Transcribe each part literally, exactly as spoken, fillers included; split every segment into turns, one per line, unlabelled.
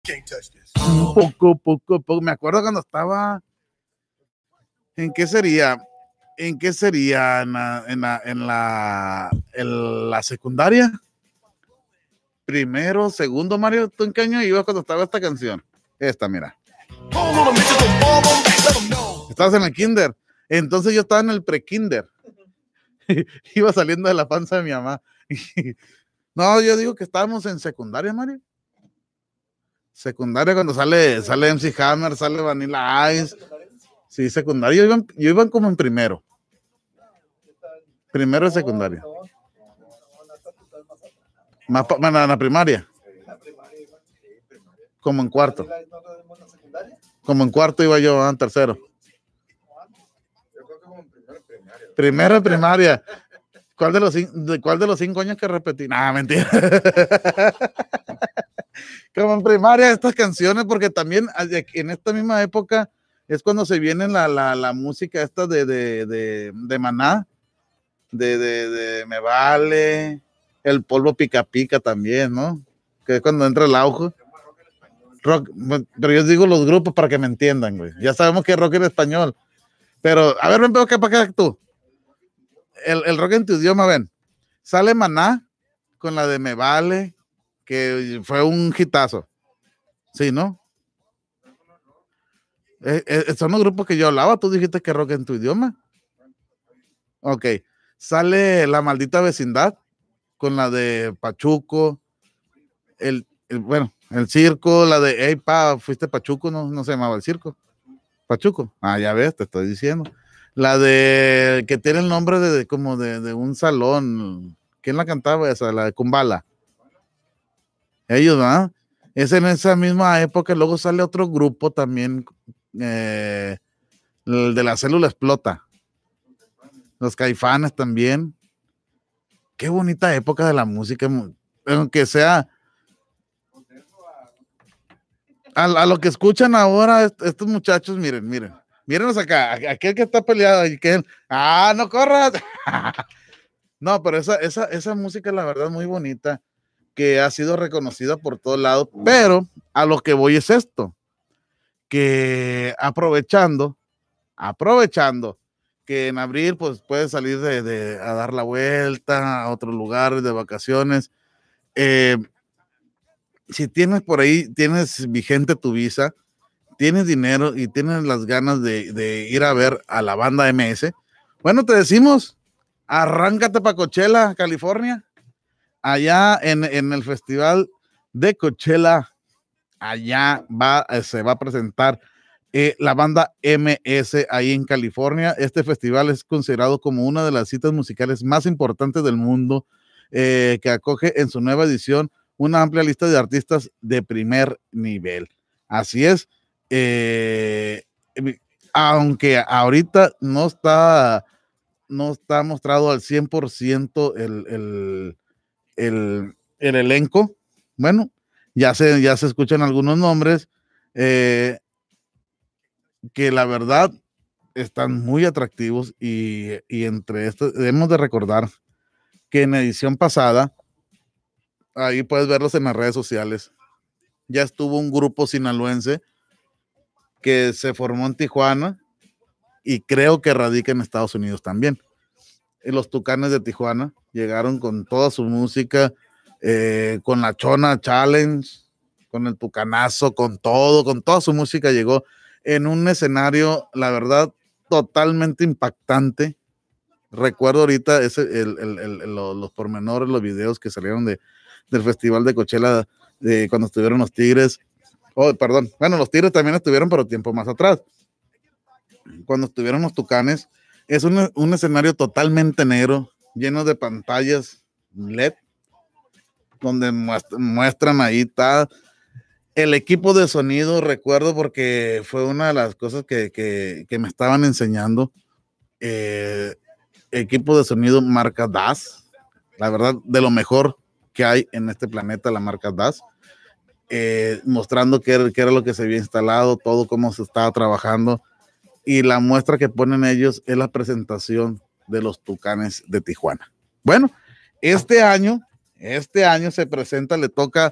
Un poco, poco, poco. Me acuerdo cuando estaba. ¿En qué sería? ¿En qué sería? En la, en la, en la, en la secundaria. Primero, segundo, Mario. ¿Tú en qué año ibas cuando estaba esta canción? Esta, mira. Estabas en el kinder. Entonces yo estaba en el pre-kinder. Iba saliendo de la panza de mi mamá. No, yo digo que estábamos en secundaria, Mario. Secundaria cuando sale, sale M C Hammer, sale Vanilla Ice. Sí, secundaria. Yo iba, yo iba como en primero. Primero de secundaria. Más pa, en la primaria. Como en cuarto. Como en cuarto iba yo, en tercero. Primero de primaria. ¿Cuál de los, de cuál de los cinco años que repetí? Nah, mentira. Como en primaria estas canciones, porque también en esta misma época es cuando se viene la, la, la música esta de, de, de, de Maná, de, de, de Me Vale, el polvo pica pica también, ¿no? Que es cuando entra el auge. Rock, pero yo digo los grupos para que me entiendan, güey. Ya sabemos que es rock en español. Pero, a ver, ven, ¿qué para acá tú? El, el rock en tu idioma, ven. Sale Maná con la de Me Vale, que fue un hitazo. Sí, ¿no? Eh, eh, son los grupos que yo hablaba. Tú dijiste que rock en tu idioma. Ok. Sale La Maldita Vecindad con la de Pachuco. El, el bueno, el circo, la de Hey pa, fuiste Pachuco, no, no se llamaba el circo. Pachuco. Ah, ya ves, te estoy diciendo. La de que tiene el nombre de, de como de, de un salón. ¿Quién la cantaba esa? La de Kumbala. Ellos, ¿verdad? Es en esa misma época. Luego sale otro grupo también, eh, el de La Célula Explota. Los Caifanes también. Qué bonita época de la música, aunque sea a, a lo que escuchan ahora est estos muchachos. Miren, miren, mírenos acá, aquel que está peleado, aquel, ah, no corras. No, pero esa, esa, esa música, la verdad, muy bonita, que ha sido reconocida por todos lados, pero a lo que voy es esto, que aprovechando, aprovechando, que en abril pues puedes salir de, de, a dar la vuelta a otros lugares de vacaciones. Eh, si tienes por ahí, tienes vigente tu visa, tienes dinero y tienes las ganas de, de ir a ver a la banda M S, bueno, te decimos, arráncate para Coachella, California, allá en, en el festival de Coachella, allá va, se va a presentar Eh, la banda M S ahí en California. Este festival es considerado como una de las citas musicales más importantes del mundo, eh, que acoge en su nueva edición una amplia lista de artistas de primer nivel. Así es, eh, aunque ahorita no está, no está mostrado al cien por ciento el, el, el, el elenco, bueno, ya se, ya se escuchan algunos nombres, eh, que la verdad están muy atractivos, y, y entre estos debemos de recordar que en la edición pasada, ahí puedes verlos en las redes sociales, ya estuvo un grupo sinaloense que se formó en Tijuana y creo que radica en Estados Unidos también. Y los Tucanes de Tijuana llegaron con toda su música, eh, con la Chona Challenge, con el Tucanazo, con todo, con toda su música llegó en un escenario, la verdad, totalmente impactante. Recuerdo ahorita ese, el, el, el, el, los, los pormenores, los videos que salieron de, del festival de Coachella, de cuando estuvieron los Tigres. Oh, perdón, bueno, los Tigres también estuvieron, pero tiempo más atrás. Cuando estuvieron los Tucanes, es un, un escenario totalmente negro, lleno de pantallas L E D, donde muestran ahí, está el equipo de sonido. Recuerdo porque fue una de las cosas que, que, que me estaban enseñando. Eh, equipo de sonido marca D A S, la verdad, de lo mejor que hay en este planeta, la marca D A S, eh, mostrando qué era, qué era lo que se había instalado, todo cómo se estaba trabajando, y la muestra que ponen ellos es la presentación de los Tucanes de Tijuana. Bueno, este año, este año se presenta, le toca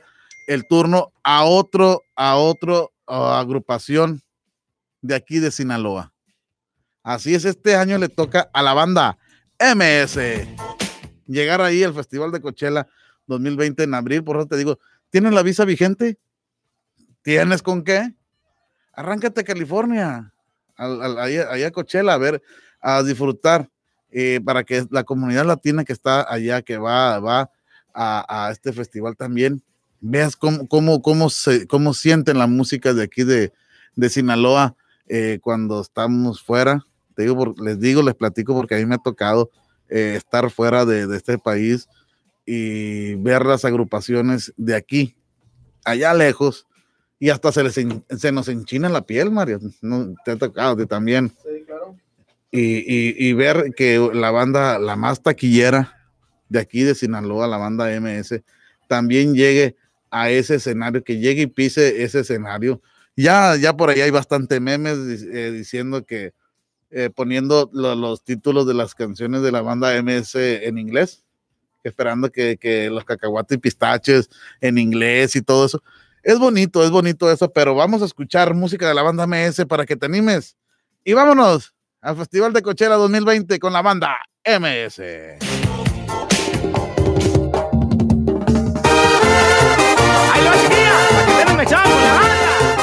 el turno a otro, a otro uh, agrupación de aquí de Sinaloa. Así es, este año le toca a la banda M S llegar ahí al Festival de Coachella dos mil veinte en abril. Por eso te digo, ¿tienes la visa vigente? ¿Tienes con qué? Arráncate a California, allá a Coachella, a ver, a disfrutar, eh, para que la comunidad latina que está allá, que va, va a, a este festival también, veas cómo, cómo, cómo, se, cómo sienten la música de aquí de, de Sinaloa eh, cuando estamos fuera. Te digo, por, les digo, les platico porque a mí me ha tocado eh, estar fuera de, de este país y ver las agrupaciones de aquí, allá lejos, y hasta se, les en, se nos enchina la piel, Mario. ¿No te ha tocado de también?
Sí, claro.
Y, y, y ver que la banda, la más taquillera de aquí de Sinaloa, la banda M S, también llegue a ese escenario, que llegue y pise ese escenario. Ya, ya por ahí hay bastante memes eh, diciendo que, eh, poniendo lo, los títulos de las canciones de la banda M S en inglés, esperando que, que los cacahuates y pistaches en inglés y todo eso. Es bonito, es bonito eso, pero vamos a escuchar música de la banda M S para que te animes. Y vámonos al Festival de Coachella dos mil veinte con la banda M S.
¡Ahí lo chiquilla! ¡Para que tengan mechado con la banda!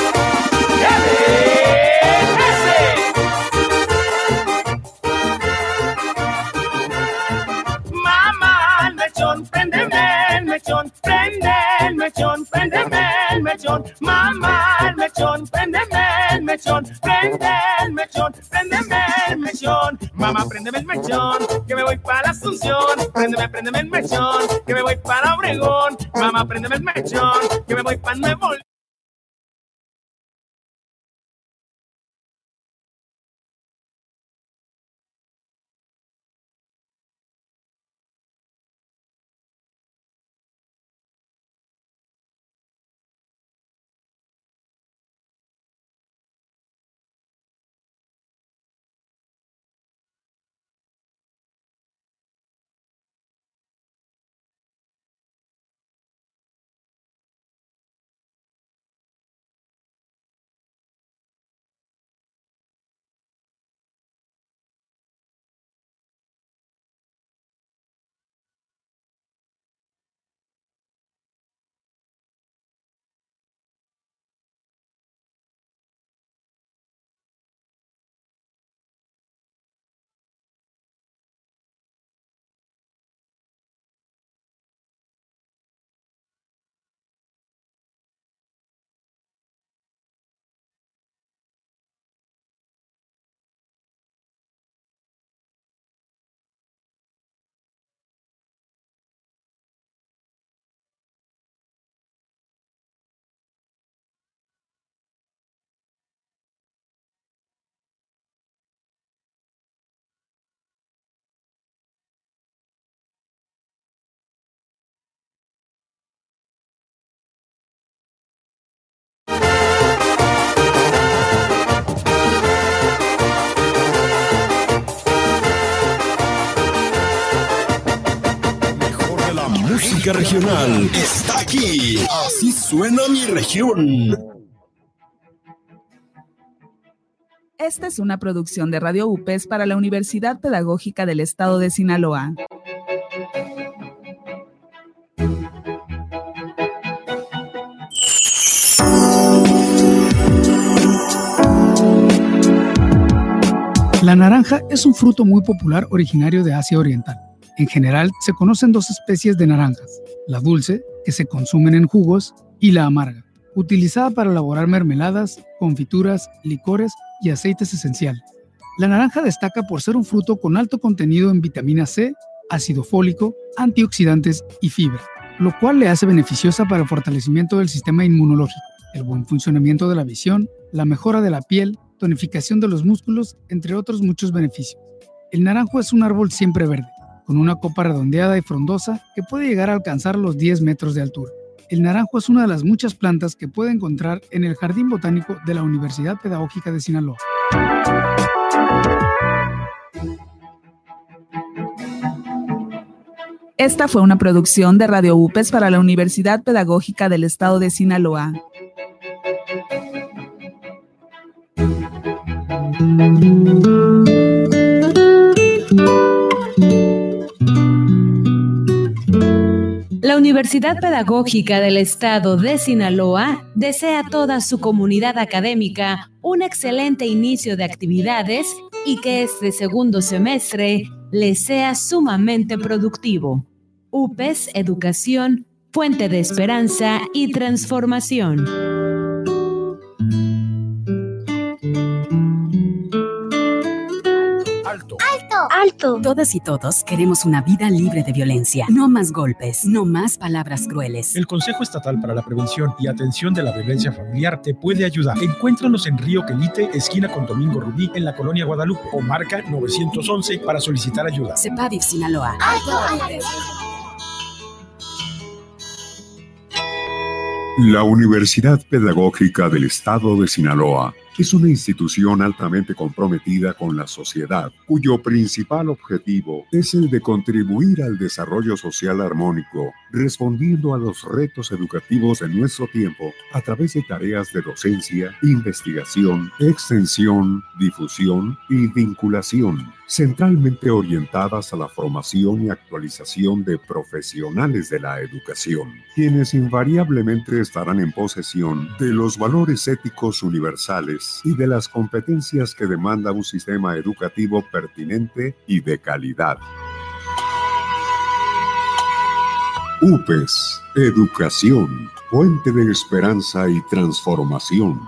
Mamá, el mechón, préndeme el mechón, prende el mechón, préndeme el mechón. Mamá, el mechón, préndeme el mechón, prende el mechón, préndeme el mechón. Mamá, préndeme el mechón, que me voy para la Asunción. Préndeme, préndeme el mechón, que me voy para Obregón. Mamá, préndeme el mechón, que me voy para Nuevo León.
Música regional está aquí. Así suena mi región.
Esta es una producción de Radio U P E S para la Universidad Pedagógica del Estado de Sinaloa.
La naranja es un fruto muy popular originario de Asia Oriental. En general, se conocen dos especies de naranjas, la dulce, que se consumen en jugos, y la amarga, utilizada para elaborar mermeladas, confituras, licores y aceites esenciales. La naranja destaca por ser un fruto con alto contenido en vitamina C, ácido fólico, antioxidantes y fibra, lo cual le hace beneficiosa para el fortalecimiento del sistema inmunológico, el buen funcionamiento de la visión, la mejora de la piel, tonificación de los músculos, entre otros muchos beneficios. El naranjo es un árbol siempre verde, con una copa redondeada y frondosa que puede llegar a alcanzar los diez metros de altura. El naranjo es una de las muchas plantas que puede encontrar en el Jardín Botánico de la Universidad Pedagógica de Sinaloa.
Esta fue una producción de Radio U P E S para la Universidad Pedagógica del Estado de Sinaloa.
La Universidad Pedagógica del Estado de Sinaloa desea a toda su comunidad académica un excelente inicio de actividades y que este segundo semestre les sea sumamente productivo. U P E S Educación, fuente de esperanza y transformación.
¡Alto! ¡Alto! Todas y todos queremos una vida libre de violencia. No más golpes, no más palabras crueles.
El Consejo Estatal para la Prevención y Atención de la Violencia Familiar te puede ayudar. Encuéntranos en Río Quelite, esquina con Domingo Rubí, en la colonia Guadalupe, o marca nueve once para solicitar ayuda.
CEPADIF Sinaloa. ¡Alto!
La Universidad Pedagógica del Estado de Sinaloa es una institución altamente comprometida con la sociedad, cuyo principal objetivo es el de contribuir al desarrollo social armónico, respondiendo a los retos educativos de nuestro tiempo a través de tareas de docencia, investigación, extensión, difusión y vinculación, centralmente orientadas a la formación y actualización de profesionales de la educación, quienes invariablemente estarán en posesión de los valores éticos universales y de las competencias que demanda un sistema educativo pertinente y de calidad. U P E S, Educación, fuente de esperanza y transformación.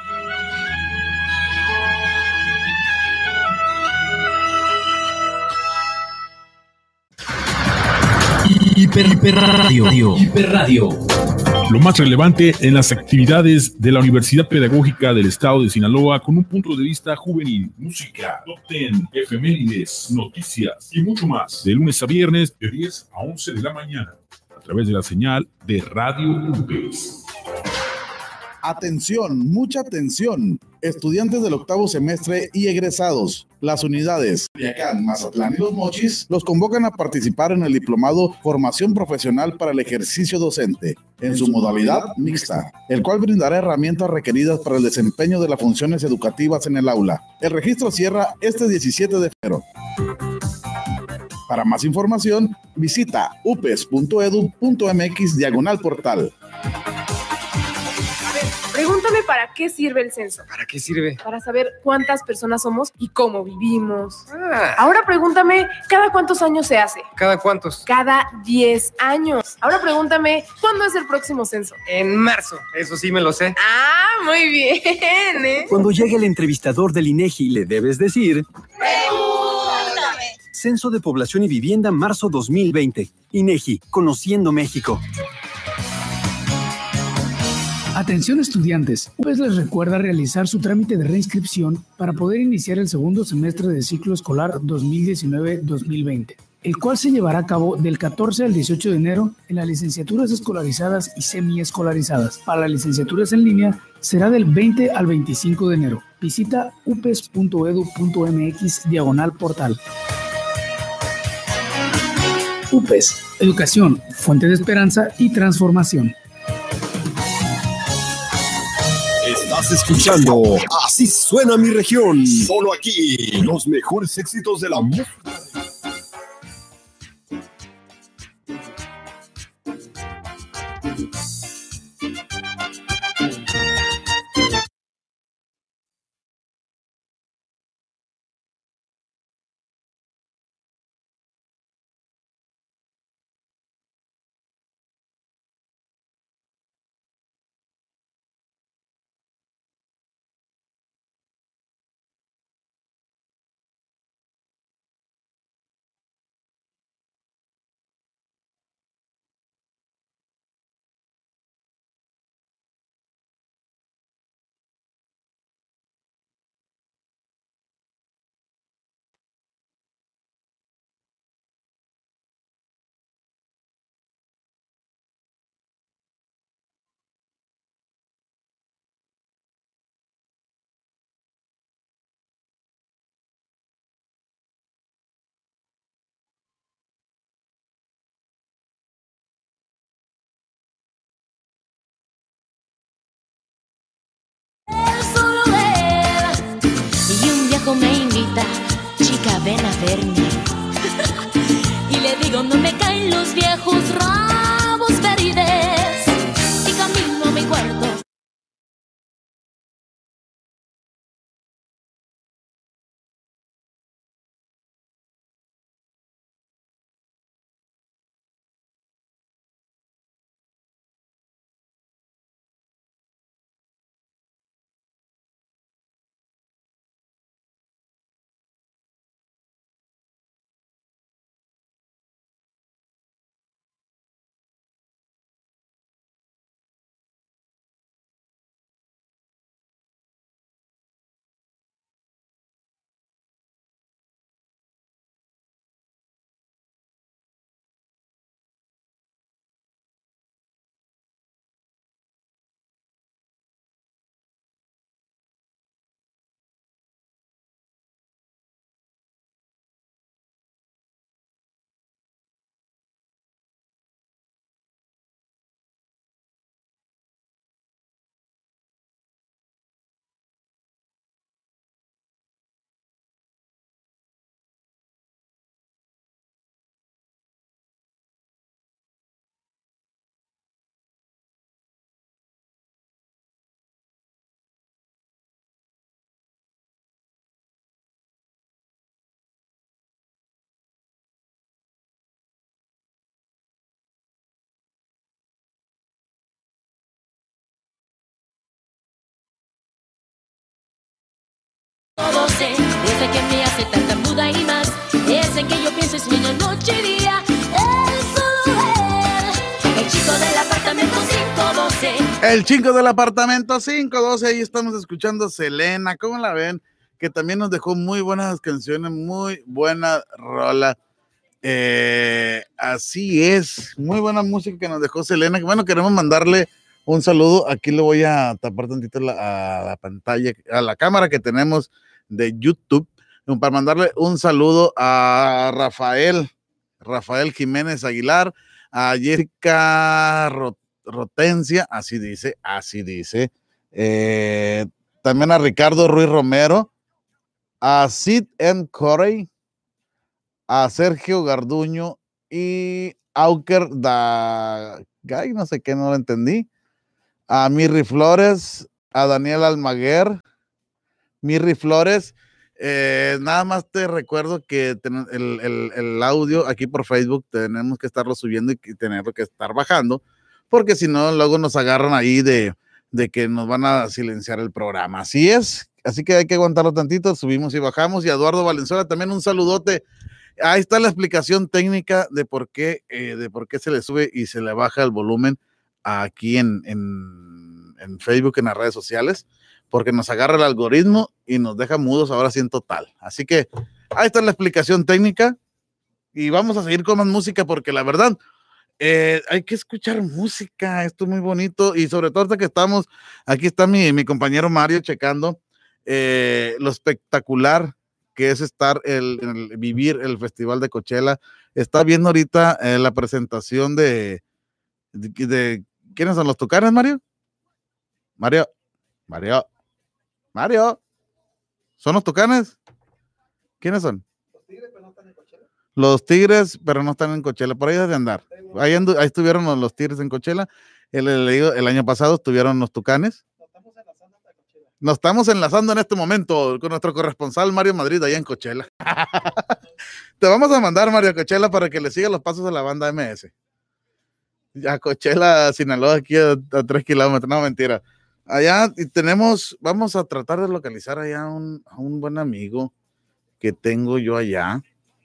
Hiperradio. Hiperradio.
Lo más relevante en las actividades de la Universidad Pedagógica del Estado de Sinaloa con un punto de vista juvenil, música, top diez, efemérides, noticias y mucho más. De lunes a viernes de diez a once de la mañana a través de la señal de Radio U P E S.
Atención, mucha atención. Estudiantes del octavo semestre y egresados. Las unidades Culiacán, Mazatlán y Los Mochis los convocan a participar en el diplomado Formación Profesional para el Ejercicio Docente, en su modalidad mixta, el cual brindará herramientas requeridas para el desempeño de las funciones educativas en el aula. El registro cierra este diecisiete de febrero. Para más información, visita upes.edu.mx diagonal portal.
Pregúntame para qué sirve el censo.
¿Para qué sirve?
Para saber cuántas personas somos y cómo vivimos. Ah. Ahora pregúntame, ¿cada cuántos años se hace?
¿Cada cuántos?
Cada diez años. Ahora pregúntame, ¿cuándo es el próximo censo?
En marzo, eso sí me lo sé.
Ah, muy bien, ¿eh?
Cuando llegue el entrevistador del INEGI, le debes decir...
¡Pregúntame!
Censo de Población y Vivienda, marzo dos mil veinte. INEGI, Conociendo México.
Atención estudiantes, U P E S les recuerda realizar su trámite de reinscripción para poder iniciar el segundo semestre del ciclo escolar dos mil diecinueve dos mil veinte, el cual se llevará a cabo del catorce al dieciocho de enero en las licenciaturas escolarizadas y semiescolarizadas. Para las licenciaturas en línea será del veinte al veinticinco de enero. Visita upes.edu.mx diagonal portal. U P E S, Educación, fuente de esperanza y transformación.
Estás escuchando Así Suena Mi Región. Solo aquí, los mejores éxitos de la música.
hijo me invita, chica, ven a verme. Y le digo, no me caen los viejos rabos ferides. Y camino a mi cuarto. Todo sé, desde que me hace tartamuda y más, es en que yo pienso es niño noche y día. El solo él, el chico del apartamento cinco doce.
El chico del apartamento cinco doce, ahí estamos escuchando Selena, ¿cómo la ven? Que también nos dejó muy buenas canciones, muy buena rola. Eh, así es, muy buena música que nos dejó Selena. Bueno, queremos mandarle un saludo. Aquí le voy a tapar tantito la, a la pantalla, a la cámara que tenemos de YouTube, para mandarle un saludo a Rafael, Rafael Jiménez Aguilar, a Jerica Rotencia, así dice, así dice, eh, también a Ricardo Ruiz Romero, a Sid M. Corey, a Sergio Garduño y Auker Dagay, no sé qué, no lo entendí, a Mirri Flores, a Daniel Almaguer, Mirri Flores. Eh, nada más te recuerdo que ten, el, el, el audio aquí por Facebook tenemos que estarlo subiendo y, y tenerlo que estar bajando, porque si no luego nos agarran ahí de, de que nos van a silenciar el programa. Así es, así que hay que aguantarlo tantito, subimos y bajamos. Y a Eduardo Valenzuela también un saludote. Ahí está la explicación técnica de por qué, eh, de por qué se le sube y se le baja el volumen aquí en, en, en Facebook, en las redes sociales, porque nos agarra el algoritmo y nos deja mudos ahora sí en total. Así que ahí está la explicación técnica y vamos a seguir con más música, porque la verdad eh, hay que escuchar música, esto es muy bonito, y sobre todo hasta que estamos, aquí está mi, mi compañero Mario checando eh, lo espectacular que es estar, el, el vivir el Festival de Coachella. Está viendo ahorita eh, la presentación de, de, de, ¿quiénes son los Tucanes, Mario? Mario, Mario, Mario, ¿son los Tucanes? ¿Quiénes son? Los Tigres, pero no están en Coachella. Los Tigres, pero no están en Coachella, por ahí debe de andar. Ahí, andu, ahí estuvieron los, los Tigres en Coachella. El, el, el año pasado estuvieron los Tucanes. Nos estamos enlazando en este momento con nuestro corresponsal Mario Madrid allá en Coachella. Te vamos a mandar, Mario, a Coachella para que le siga los pasos de la banda M S. Ya Coachella, Sinaloa, aquí a, a tres kilómetros, no, mentira. Allá y tenemos, vamos a tratar de localizar allá a un, a un buen amigo que tengo yo allá.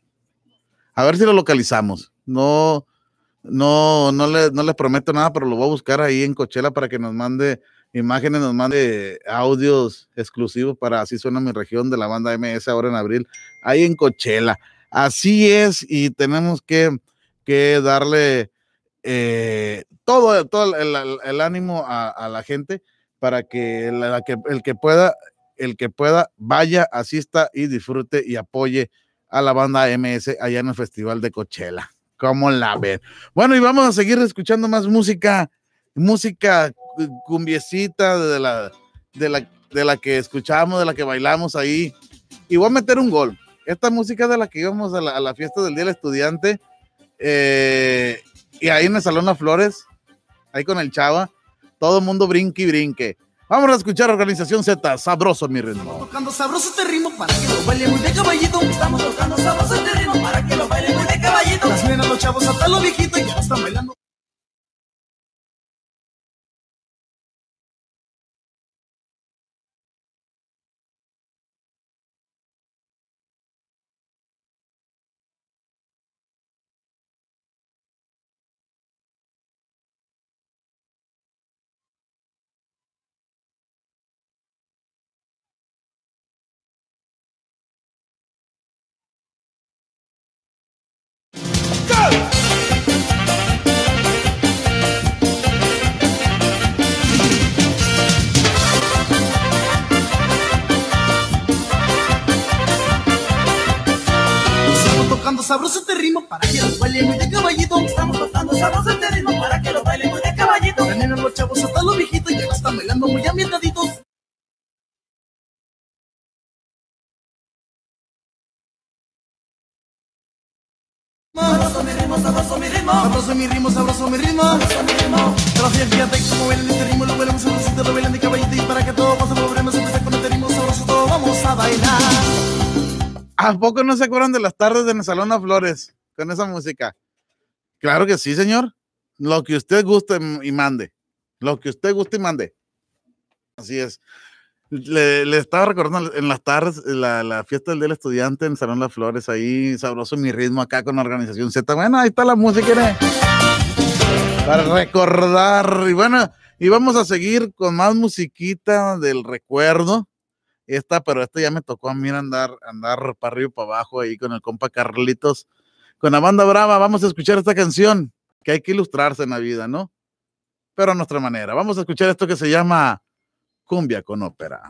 A ver si lo localizamos. No, no, no le, no les prometo nada, pero lo voy a buscar ahí en Coachella para que nos mande imágenes, nos mande audios exclusivos para Así Suena Mi Región de la banda M S ahora en abril, ahí en Coachella. Así es, y tenemos que, que darle eh, todo, todo el, el, el ánimo a, a la gente para que, la, que el que pueda, el que pueda vaya, asista y disfrute y apoye a la banda M S allá en el Festival de Coachella. ¿Cómo la ven? Bueno, y vamos a seguir escuchando más música, música cumbiecita de la, de la, de la que escuchamos, de la que bailamos ahí. Y voy a meter un gol. Esta música es de la que íbamos a la, a la fiesta del Día del Estudiante, eh, y ahí en el Salón Las Flores, ahí con el Chava, todo el mundo brinque y brinque. Vamos a escuchar Organización Z, sabroso mi ritmo.
Estamos tocando sabroso este ritmo para que lo baile muy de caballito. Estamos tocando sabroso este ritmo para que lo baile muy de caballito. Las nenas, los chavos, hasta los viejitos ya están bailando. Sabroso este ritmo para que los baile muy de caballito. Estamos tocando sabroso este ritmo para que los baile muy de caballito. Las nenas, los chavos, hasta los viejitos ya están bailando muy ambientaditos. Sabroso mi ritmo, sabroso mi ritmo, sabroso mi ritmo, sabroso mi ritmo, sabroso mi ritmo. Gracias, fíjate cómo bailan este ritmo, lo bailan sabrosito, lo bailan de caballito. Y para que todo pase problemas, empieza con este ritmo sabroso, todos vamos a bailar.
¿A poco no se acuerdan de las tardes en el Salón Las Flores con esa música? Claro que sí, señor. Lo que usted guste y mande. Lo que usted guste y mande. Así es. Le, le estaba recordando en las tardes la, la fiesta del Día del Estudiante en el Salón Las Flores, ahí sabroso mi ritmo acá con Organización Z. Bueno, ahí está la música, ¿eh? Para recordar. Y bueno, y vamos a seguir con más musiquita del recuerdo. Esta, pero esta ya me tocó a mí andar, andar para arriba y para abajo ahí con el compa Carlitos, con la Banda Brava. Vamos a escuchar esta canción, que hay que ilustrarse en la vida, ¿no? Pero a nuestra manera. Vamos a escuchar esto que se llama Cumbia con Ópera.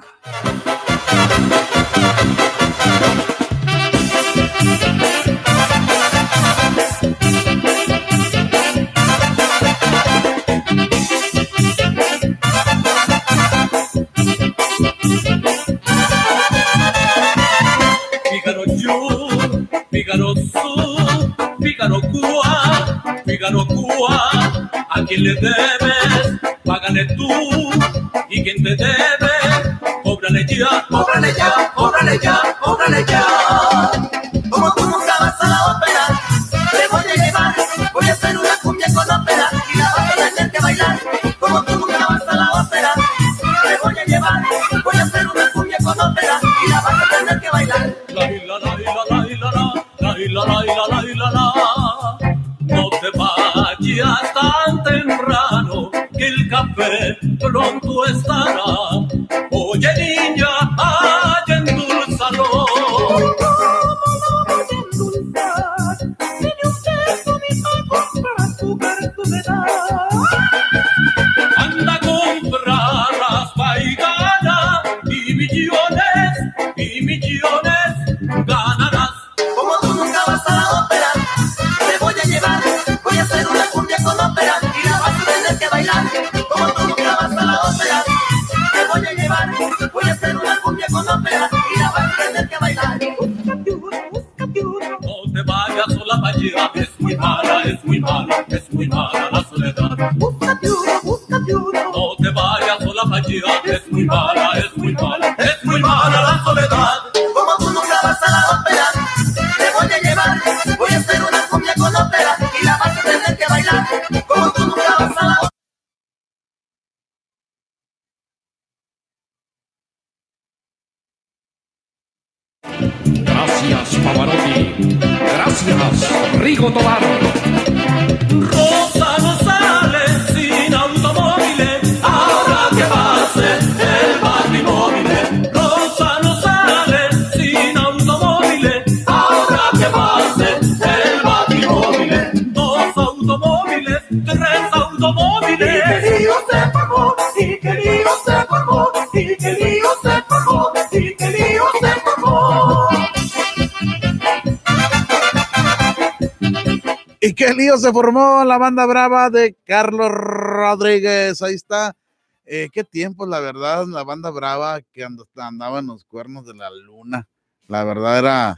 Fígaro yo, Fígaro su, Fígaro cua, Fígaro cua, a quien le debes, págale tú, y quien te debe, cóbrale ya, cóbrale ya, cóbrale ya, cóbrale ya.
Como tú nunca vas a la ópera, te voy a llevar, voy a hacer una cumbia con ópera, y la vas a tener que bailar. Como tú nunca vas a la ópera, te voy a llevar, voy a hacer una cumbia con ópera, y la vas a tener que bailar.
La la la la la la la la la la la. No te vayas tan temprano, que el café pronto estará. Oye niña, ay, endulzalo. Anda a comprar raspa y gana, y millones, y millones ganarás.
Como tú nunca vas a la ópera, te voy a llevar, voy a hacer una cumbia con ópera, y la vas a tener que bailar. Como tú nunca vas a la ópera, te voy a llevar, voy a hacer una cumbia con ópera, y la vas a tener que bailar.
No te vayas sola para allá, es muy mala, es muy mala, es muy mala la soledad. No te vayas sola para allá, es muy mala, es muy mala, es muy mala la soledad.
Como tú nunca vas a la ópera, te voy a llevar, voy a hacer una cumbia con ópera, y la vas a tener que bailar. Como tú nunca vas a la ópera.
Gracias, Pavarotti. Gracias, Rigo Tobar.
Rosa no sale sin automóviles, ahora que pase el Batmóvil. Rosa no sale sin automóviles, ahora que pase el Batmóvil. Dos automóviles, tres automóviles.
Y que lío se formó, y que lío se formó, y que lío se formó, y que lío se formó.
Y qué lío se formó la Banda Brava de Carlos Rodríguez. Ahí está. Eh, qué tiempos, la verdad, la Banda Brava que andaba en los cuernos de la luna. La verdad era,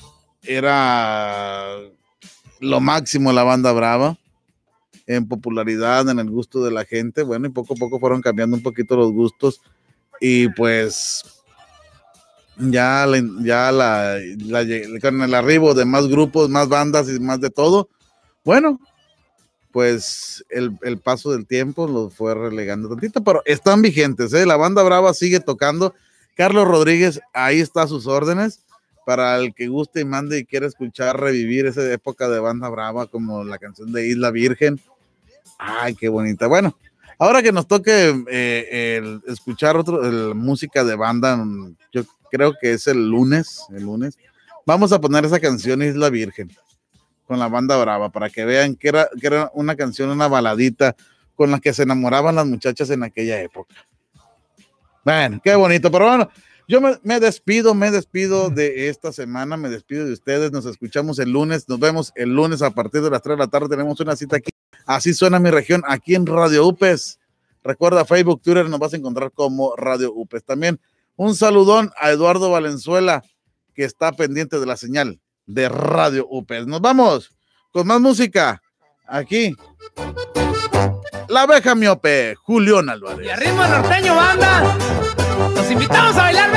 era lo máximo la Banda Brava en popularidad, en el gusto de la gente. Bueno, y poco a poco fueron cambiando un poquito los gustos y pues ya, la, ya la, la, con el arribo de más grupos, más bandas y más de todo, bueno, pues el, el paso del tiempo los fue relegando tantito, pero están vigentes, ¿eh? La Banda Brava sigue tocando. Carlos Rodríguez, ahí está a sus órdenes, para el que guste y mande y quiera escuchar, revivir esa época de Banda Brava, como la canción de Isla Virgen. Ay, qué bonita. Bueno, ahora que nos toque eh, el escuchar otro, el, música de banda, yo creo que es el lunes, el lunes, vamos a poner esa canción Isla Virgen, con la Banda Brava, para que vean que era, que era una canción, una baladita, con la que se enamoraban las muchachas en aquella época. Bueno, qué bonito, pero bueno, yo me, me despido, me despido de esta semana, me despido de ustedes, nos escuchamos el lunes, nos vemos el lunes a partir de las tres de la tarde, tenemos una cita aquí, Así Suena Mi Región, aquí en Radio U P E S. Recuerda, Facebook, Twitter, nos vas a encontrar como Radio U P E S. También un saludón a Eduardo Valenzuela, que está pendiente de la señal de Radio U P E S. Nos vamos con más música, aquí, La Abeja Miope, Julián Álvarez.
Y arriba norteño, banda. Los invitamos a bailar